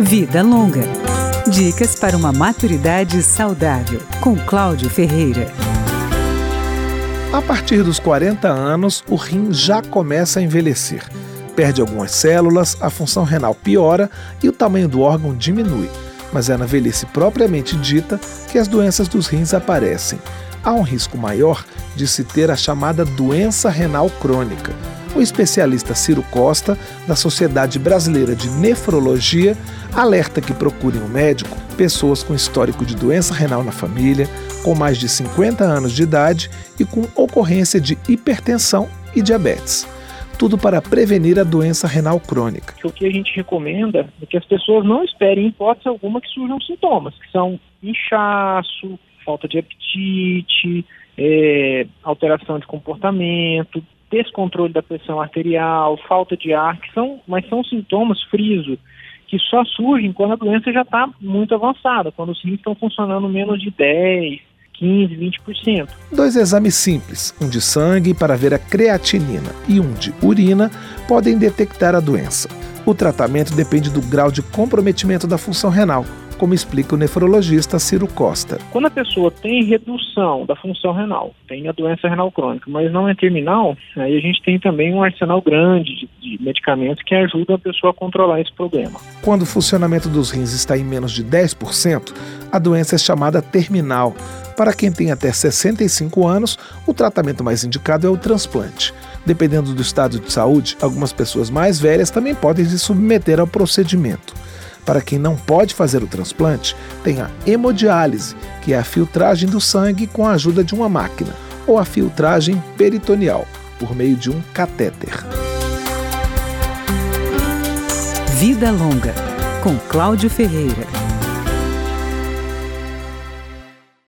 Vida Longa. Dicas para uma maturidade saudável, com Cláudio Ferreira. A partir dos 40 anos, o rim já começa a envelhecer. Perde algumas células, a função renal piora e o tamanho do órgão diminui. Mas é na velhice propriamente dita que as doenças dos rins aparecem. Há um risco maior de se ter a chamada doença renal crônica. O especialista Ciro Costa, da Sociedade Brasileira de Nefrologia, alerta que procurem um médico pessoas com histórico de doença renal na família, com mais de 50 anos de idade e com ocorrência de hipertensão e diabetes. Tudo para prevenir a doença renal crônica. O que a gente recomenda é que as pessoas não esperem, em hipótese alguma, que surjam sintomas, que são inchaço, falta de apetite, alteração de comportamento, descontrole da pressão arterial, falta de ar, mas são sintomas, friso, que só surgem quando a doença já está muito avançada, quando os rins estão funcionando menos de 10%, 15%, 20%. 2 exames simples, um de sangue para ver a creatinina e um de urina, podem detectar a doença. O tratamento depende do grau de comprometimento da função renal, como explica o nefrologista Ciro Costa. Quando a pessoa tem redução da função renal, tem a doença renal crônica, mas não é terminal, aí a gente tem também um arsenal grande de medicamentos que ajudam a pessoa a controlar esse problema. Quando o funcionamento dos rins está em menos de 10%, a doença é chamada terminal. Para quem tem até 65 anos, o tratamento mais indicado é o transplante. Dependendo do estado de saúde, algumas pessoas mais velhas também podem se submeter ao procedimento. Para quem não pode fazer o transplante, tem a hemodiálise, que é a filtragem do sangue com a ajuda de uma máquina, ou a filtragem peritoneal, por meio de um catéter. Vida Longa, com Cláudio Ferreira.